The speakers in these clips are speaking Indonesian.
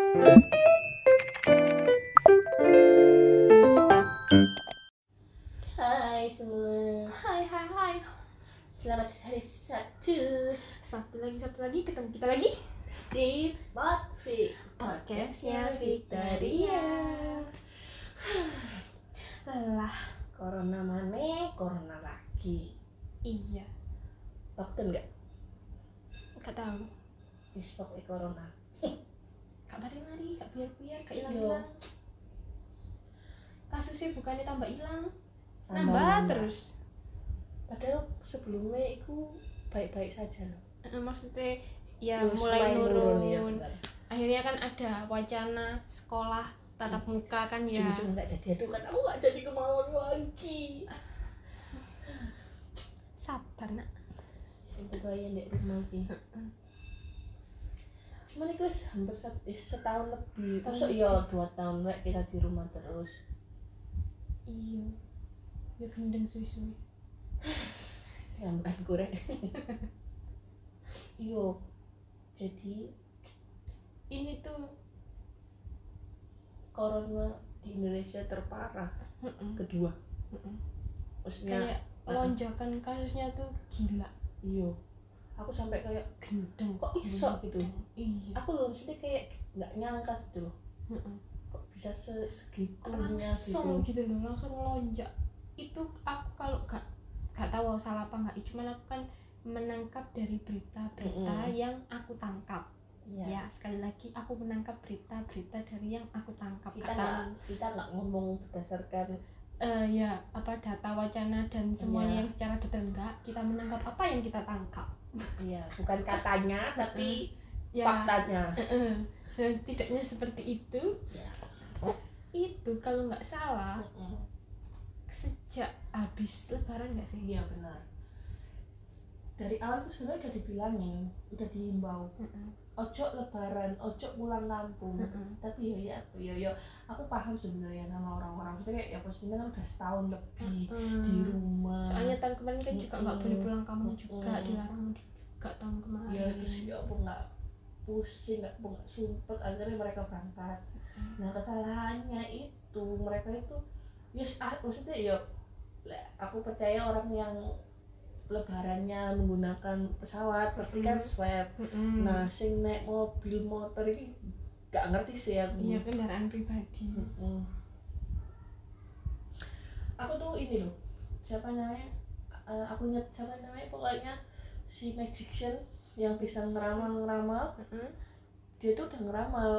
Hai semua. Hai. Selamat hari Sabtu. Sabtu lagi ketemu kita lagi Di podcastnya Victoria. Lelah. Corona mana? Corona lagi. Iya. Waktu enggak? Gak tahu. Istok corona. Gak mari-mari, gak biar-biar, gak Iya. hilang-hilang. Kasusnya bukannya tambah hilang, Tambah. nambah terus. Padahal sebelumnya itu baik-baik saja loh. Maksudnya ya Terus mulai nurun. ya, benar. Akhirnya kan ada wacana sekolah tatap muka kan ya. Ujung-ujung nggak jadi itu kan aku nggak jadi kemauan lagi. Sabar nak. Sampai kalian di rumah ini. Cuman itu hampir setahun lebih. Masuk ya 2 tahun rek kita di rumah terus. Iya. Ya gendeng suwi-suwi. Ya bukan kurang. Iya. Jadi Ini tuh corona di Indonesia terparah kedua. Maksudnya kayak lonjakan kasusnya tuh gila. iya. Aku sampai kayak Gendeng kok iso gitu. Iya. Aku loh maksudnya kayak nggak nyangka gitu loh. Kok bisa segitunya Langsung gitu. gitu loh, langsung melonjak. Itu aku kalau gak tahu salah apa enggak, cuman aku kan menangkap dari berita-berita yang aku tangkap. Iya. Ya, sekali lagi aku menangkap berita-berita dari yang aku tangkap. Kita nggak ngomong berdasarkan Ya, apa data wacana dan semuanya yang secara detail enggak, kita menangkap apa yang kita tangkap. iya, bukan katanya tapi Ya, faktanya. setidaknya seperti itu. Ya. Itu kalau nggak salah sejak habis lebaran nggak sih? Iya benar. Dari awal tuh sebenarnya udah dibilangin, udah dihimbau. Ojo lebaran, ojo pulang kampung. Tapi ya, aku paham sebenarnya sama orang-orang. Maksudnya kayak ya posisinya kan udah setahun lebih di rumah. Soalnya tahun kemarin kan juga nggak boleh pulang kampung juga, dilarang juga tahun kemarin. Ya terus ya apa nggak pusing, nggak sumpet, akhirnya mereka berangkat. Nah kesalahannya itu mereka itu maksudnya ya aku percaya orang yang lebarannya menggunakan pesawat pasti kan swab. Nah sing naik mobil motor ini gak ngerti sih aku. Iya, kendaraan pribadi. Aku tuh ini loh, siapa namanya, aku ingat siapa namanya, pokoknya si magician yang bisa ngeramal dia tuh udah ngeramal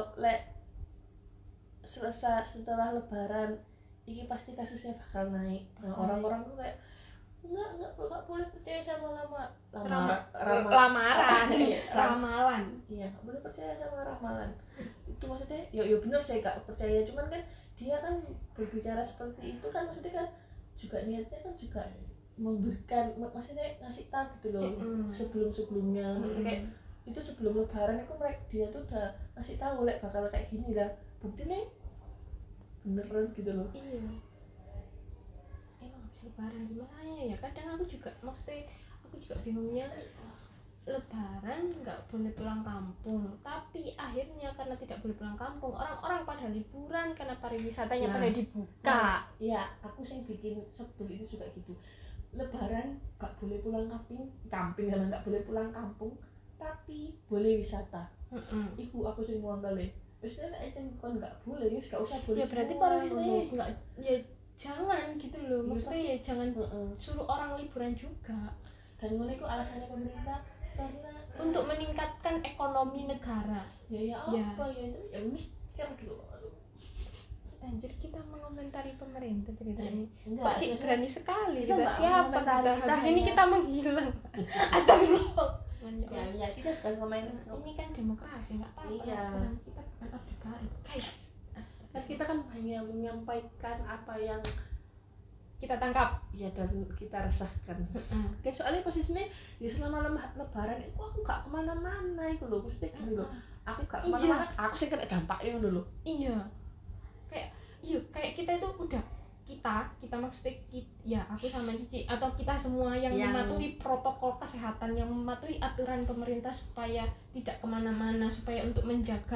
setelah lebaran ini pasti kasusnya bakal naik. Nah, orang-orang tuh kayak enggak boleh percaya sama Lamaran, ramalan. Iya, nggak boleh percaya sama ramalan. Itu maksudnya, ya benar saya nggak percaya. Cuman kan dia kan berbicara seperti itu kan maksudnya kan juga niatnya kan juga memberikan, maksudnya ngasih tahu gitu loh sebelumnya. Maksudnya kayak itu sebelum lebaran itu dia tuh udah ngasih tahu bakal kayak gini lah. Buktinya beneran gitu loh. Iya. Emang habis lebaran gimana ya? Kadang aku juga bingungnya, lebaran nggak boleh pulang kampung, tapi akhirnya karena tidak boleh pulang kampung, orang-orang pada liburan karena pariwisatanya pada dibuka. Iya, aku sih bikin sebel itu juga gitu. Lebaran nggak boleh pulang kampung sama nggak boleh pulang kampung, tapi boleh wisata. Iku aku sih ngomong kali. Maksudnya aja kan nggak boleh, ya nggak usah boleh. Ya berarti pariwisatanya nggak, ya jangan gitu loh. Maksudnya ya jangan suruh orang liburan juga. Dan ngono itu alasannya pemerintah karena untuk meningkatkan ekonomi negara. Ya mikir dulu. Anjir, kita mengomentari pemerintah ceritanya. Enggak, Kok berani sekali kita kita siapa kita habis ini kita menghilang. Astagfirullah. Ya kita sedang komen. Ini kan demokrasi, nggak apa-apa. Iya. Sekarang kita bukan orde baru, guys. Kan kita kan hanya menyampaikan apa yang kita tangkap ya dan kita resahkan. Kan soalnya posisinya ya selama lebaran itu aku gak kemana-mana itu loh, mesti gini loh. Aku gak kemana-mana, aku sih kena dampaknya dulu. Iya. Kayak kita itu udah kita maksudnya ya aku sama Cici atau kita semua yang mematuhi protokol kesehatan, yang mematuhi aturan pemerintah supaya tidak kemana-mana, supaya untuk menjaga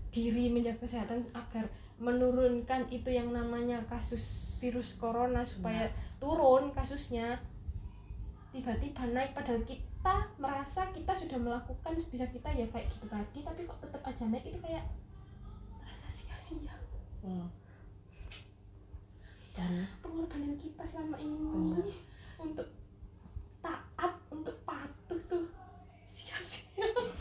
diri, menjaga kesehatan agar menurunkan itu yang namanya kasus virus corona supaya turun kasusnya. Tiba-tiba naik padahal kita merasa kita sudah melakukan sebisa kita ya kayak gitu tadi, tapi kok tetap aja naik, itu kayak rasa sia-sia. Dan pengorbanan kita selama ini untuk taat, untuk patuh tuh sia-sia.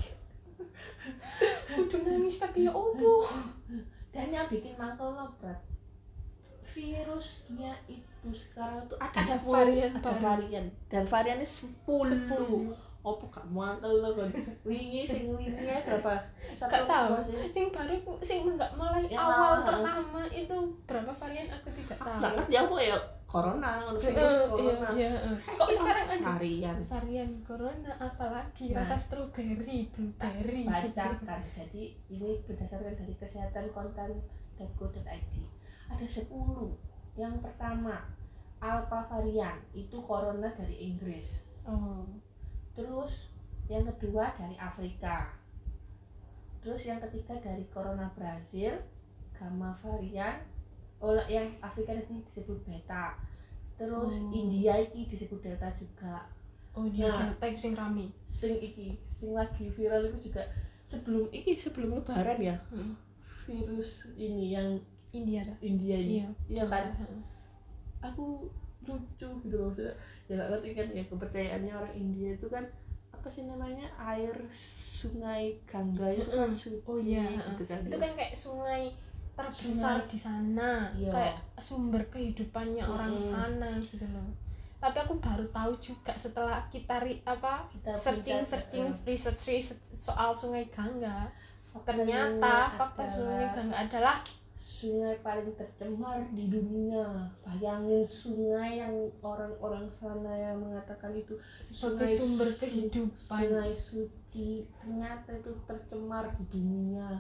Udah nangis tapi ya opo. Dan yang bikin mangkel lo berat, virusnya itu sekarang tuh ada varian dan variannya 10. Opo gak mangkel lo kan? Wingi berapa? Gak tahu. Sing baru sing enggak mulai awal pertama itu berapa varian aku tidak tahu. Enggak ngerti apa ya, corona, virus corona. Iya. Kok sekarang ada varian corona apalagi rasa strawberry, blueberry. Bacakan. Jadi ini berdasarkan dari kesehatan.kontan.go.id. Ada 10. Yang pertama, alpha varian, itu corona dari Inggris. Terus yang kedua dari Afrika. Terus yang ketiga dari corona Brazil, gamma varian. Yang Afrika ini disebut beta. Terus India ini disebut delta juga. Delta itu sing rame. Sing lagi viral itu juga sebelum lebaran ya. Virus ini yang India ini. Iya kan? Aku lucu gitu loh, maksudnya ya gak ngerti kan ya, kepercayaannya orang India itu kan apa sih namanya, air sungai Gangga itu kan suci gitu kan. Itu kan kayak sungai terbesar di sana, kayak sumber kehidupannya orang sana gitu loh. Tapi aku baru tahu juga setelah kita searching research soal sungai Gangga, ternyata fakta sungai Gangga adalah sungai paling tercemar di dunia. Bayangin, sungai yang orang-orang sana yang mengatakan itu sebagai sumber kehidupan, sungai suci, ternyata itu tercemar di dunia.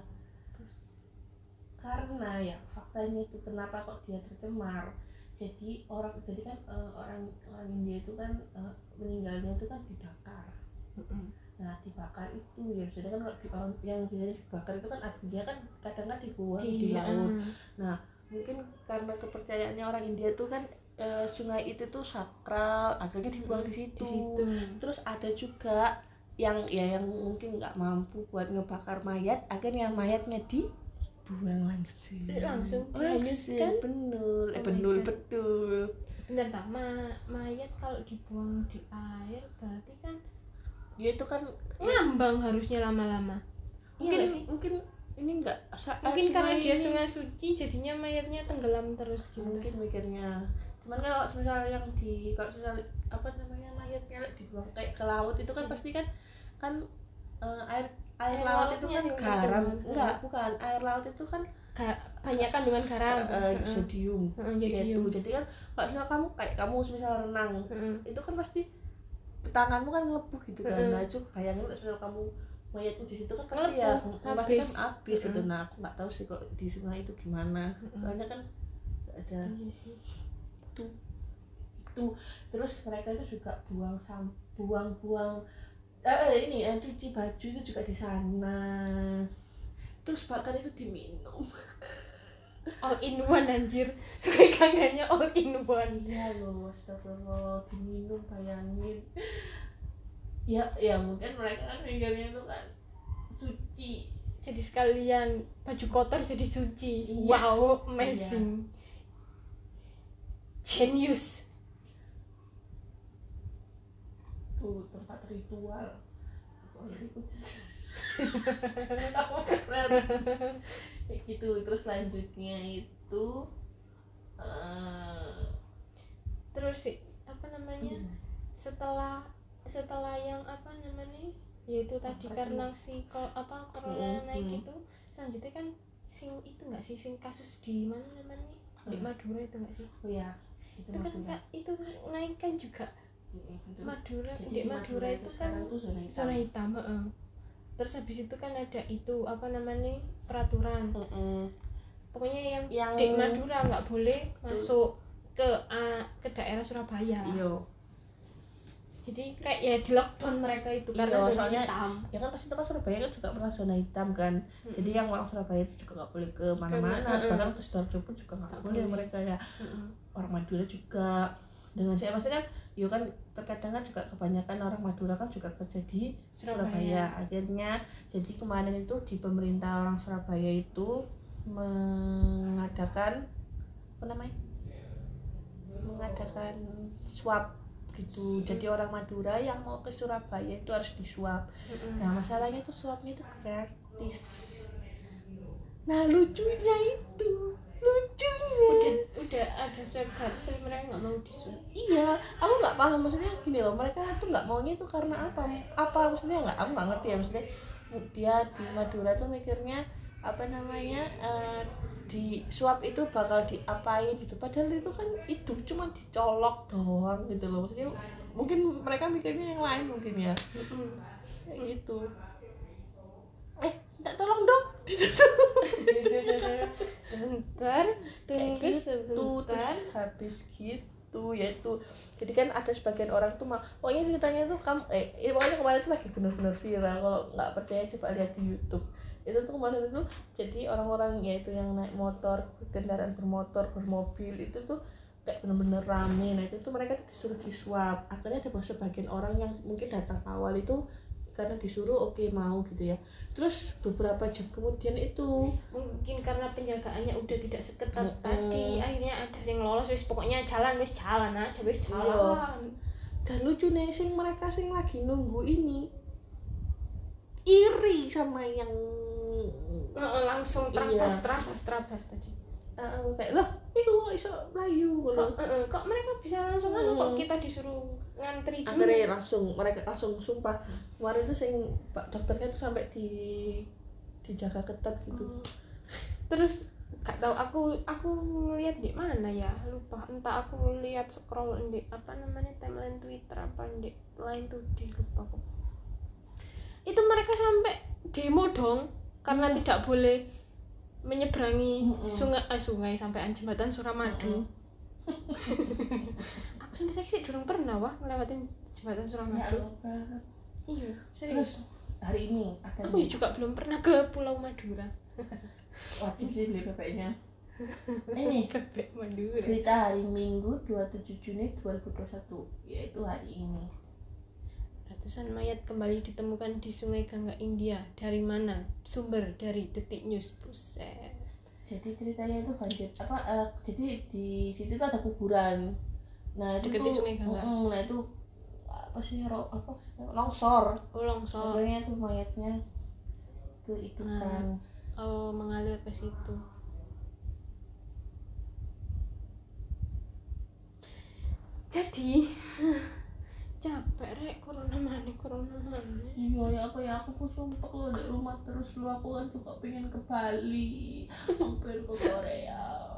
Karena ya faktanya itu kenapa kok dia tercemar. Jadi kan orang India itu kan meninggalnya itu kan dibakar. Nah dibakar itu ya sudah kan, kalau yang biasanya dibakar itu kan abunya kan kadang kan dibuang di laut. Nah mungkin karena kepercayaannya orang India itu kan sungai itu tuh sakral, akhirnya dibuang di situ. Terus ada juga yang mungkin nggak mampu buat ngebakar mayat, akhirnya mayatnya dibuang langsung dihanyutkan. Betul. Bener tak, mayat kalau dibuang di air berarti kan dia itu kan ngambang harusnya lama-lama. Mungkin ini enggak mungkin karena dia sungai suci jadinya mayatnya tenggelam terus gitu. Mungkin mikirnya. Cuman kalau misalnya mayatnya dibuang kayak ke laut itu kan pasti kan air laut itu kan garam. Bukan. Air laut itu kan banyak kandungan garam, sodium. Gitu. Jadi kan kalau kamu misalnya renang, itu kan pasti tanganmu kan ngelepuh gitu kan. Nah itu bayangin kalau kamu mayatmu di situ kan pasti pasti kan habis gitu. Nah aku nggak tahu sih kok di sungai itu gimana, soalnya kan ada tuh. Terus mereka itu juga buang cuci baju itu juga di sana. Terus bahkan itu diminum. All in one anjir, sungai Gangganya all in one. Iya loh, astagfirullah, diminum, bayangin. Ya mungkin mereka kan mikirnya itu kan suci, jadi sekalian baju kotor jadi suci. Iya. Wow, amazing. Genius. Tuh tempat ritual. Kayak gitu. Terus selanjutnya itu terus setelah yang yaitu tadi karena corona naik itu, selanjutnya kan sing kasus di mana namanya, di Madura itu nggak sih? Oh ya, itu kan itu naik kan juga. Madura, di Madura itu kan zona hitam. Terus habis itu kan ada peraturan. Pokoknya yang di Madura nggak boleh masuk ke daerah Surabaya. Iya. Jadi kayak ya di lockdown mereka itu karena Iya, zona soalnya hitam. ya kan pasti itu kan Surabaya kan juga pernah zona hitam kan. Jadi yang orang Surabaya itu juga nggak boleh ke mana-mana, sedangkan ke Sidoarjo pun juga nggak boleh mereka ya. Orang Madura juga dengan saya maksudnya kan yo kan terkadang kan juga kebanyakan orang Madura kan juga kerja di Surabaya. Akhirnya jadi kemarin itu di pemerintah orang Surabaya itu mengadakan apa namanya? Mengadakan swab gitu. Jadi orang Madura yang mau ke Surabaya itu harus diswab. Nah, masalahnya tuh swabnya itu gratis. Nah, lucunya Udah ada swab gratis tapi mereka nggak mau diswab. Iya, aku nggak paham maksudnya gini loh, mereka tuh nggak maunya itu karena apa maksudnya aku nggak ngerti ya, maksudnya dia di Madura tuh mikirnya apa namanya di swab itu bakal diapain gitu, padahal itu kan itu cuma dicolok doang gitu loh, maksudnya mungkin mereka mikirnya yang lain mungkin ya kayak gitu. Minta tolong dong Sebentar, tunggu gitu, sebentar. terus habis gitu ya itu jadi kan ada sebagian orang tuh pokoknya ceritanya tuh pokoknya kemarin tuh lagi benar-benar viral, kalau nggak percaya coba lihat di YouTube. Itu tuh kemarin itu jadi orang-orang yaitu yang naik motor, kendaraan bermotor, bermobil itu tuh kayak benar-benar rame. Nah itu tuh mereka tuh disuruh diswab. Akhirnya ada sebagian orang yang mungkin datang awal itu karena disuruh oke mau gitu ya. Terus beberapa jam kemudian itu mungkin karena penjagaannya udah tidak seketat tadi, akhirnya ada yang lolos wis pokoknya jalan aja wis jalan. Dan lucu nih mereka lagi nunggu ini iri sama yang langsung terabas tadi. Kayak loh itu kok iso melayu kok mereka bisa langsung kok kita disuruh ngantri dulu. Akhirnya mereka langsung sumpah. Kemarin tuh Pak dokternya tuh sampai dijaga ketat gitu. Terus gak tahu aku ngeliat di mana ya, lupa, entah aku lihat scroll di apa namanya timeline Twitter apa di Line Today, lupa kok. Itu mereka sampai demo dong karena tidak boleh menyeberangi sungai sampai jembatan Suramadu. Aku sampai seksi durung pernah ngelewatin jembatan Suramadu. Iya, serius. Terus hari ini aku juga belum pernah ke Pulau Madura. Wajib sih beli bebeknya. Ini bebek Madura. Berita hari Minggu 27 Juni 2021 yaitu hari ini. Ratusan mayat kembali ditemukan di Sungai Gangga India. Dari mana? Sumber dari Detik News. Buset. Jadi ceritanya itu banjir jadi di situ tuh ada kuburan. Nah, itu dekat Sungai Gangga. Nah, itu apa sih longsor. Longsor. Akhirnya tuh mayatnya itu kan mengalir ke situ. Jadi capek rek corona mana. Iya ya aku pun sumpah kalau di rumah terus aku kan juga pengen ke Bali hampir ke Korea.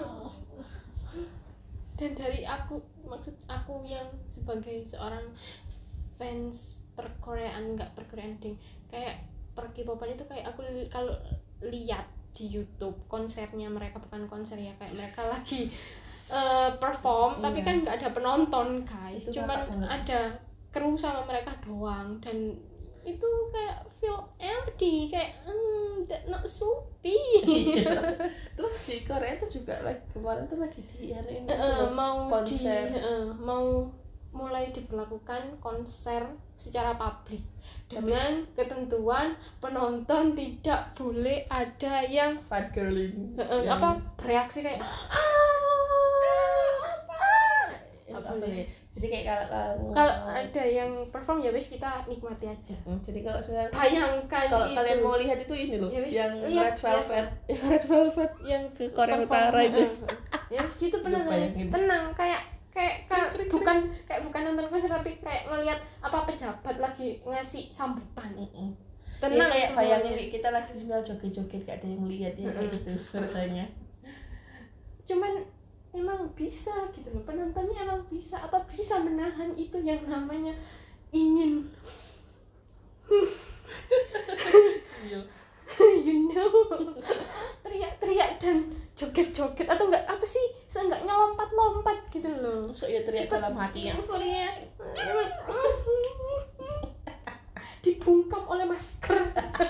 Dan dari maksud aku yang sebagai seorang fans per-Koreaan ding, kayak per K-popan itu kayak aku kalau lihat di YouTube konsernya mereka, bukan konser ya, kayak mereka lagi perform tapi kan nggak ada penonton guys, cuman ada kru sama mereka doang, dan itu kayak feel empty, kayak not supi. Terus di Korea itu juga kemarin tuh lagi mau mulai diberlakukan konser secara publik dengan ketentuan penonton tidak boleh ada yang fangirling, bereaksi kayak jadi kayak kalau ada yang perform ya wis kita nikmati aja. Jadi kalau sudah bayangkan kalau itu, kalian mau lihat itu ini loh ya yang Red Velvet yang ke Korea Utara itu ya gitu penontonnya tenang, kayak bukan nonton konser tapi kayak ngelihat pejabat lagi ngasih sambutan. Tenang ya, kayak semuanya. bayangin kita lagi sambil joget-joget gak ada yang lihat ya kayak gitu rasanya. Cuman emang bisa gitu loh, penontonnya emang bisa menahan itu yang namanya ingin teriak-teriak dan joget-joget, atau enggak seenggaknya lompat-lompat gitu loh. Masuk ya teriak dalam hati ya. Euforia dibungkam oleh masker.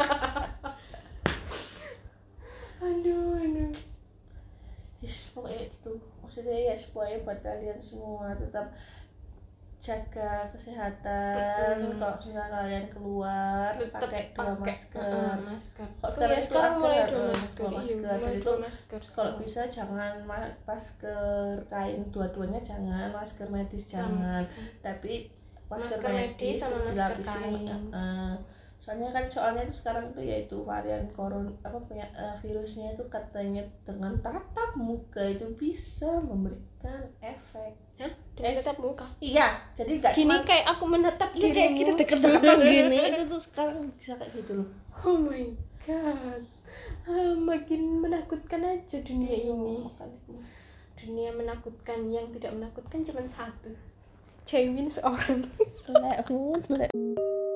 aduh Pokoknya gitu, maksudnya ya supaya buat kalian semua tetap jaga kesehatan. Kalau misalnya kalian keluar pakai dua masker. Kok sekarang mulai dua masker. masker. Dan itu masker kalau bisa jangan masker kain, dua-duanya jangan, masker medis jangan, tapi masker medis sama itu masker dilapisin. kain. Soalnya itu sekarang itu yaitu varian virusnya itu katanya dengan tatap muka itu bisa memberikan efek. Dengan tatap muka. Iya, jadi nggak Gini cuma kayak aku menatap kayak dirimu. kita deket-deketan gini, itu tuh sekarang bisa kayak gitu loh. Oh my god. Makin menakutkan aja dunia ini. Dunia menakutkan, yang tidak menakutkan cuma satu. Cewek seorang. Lek.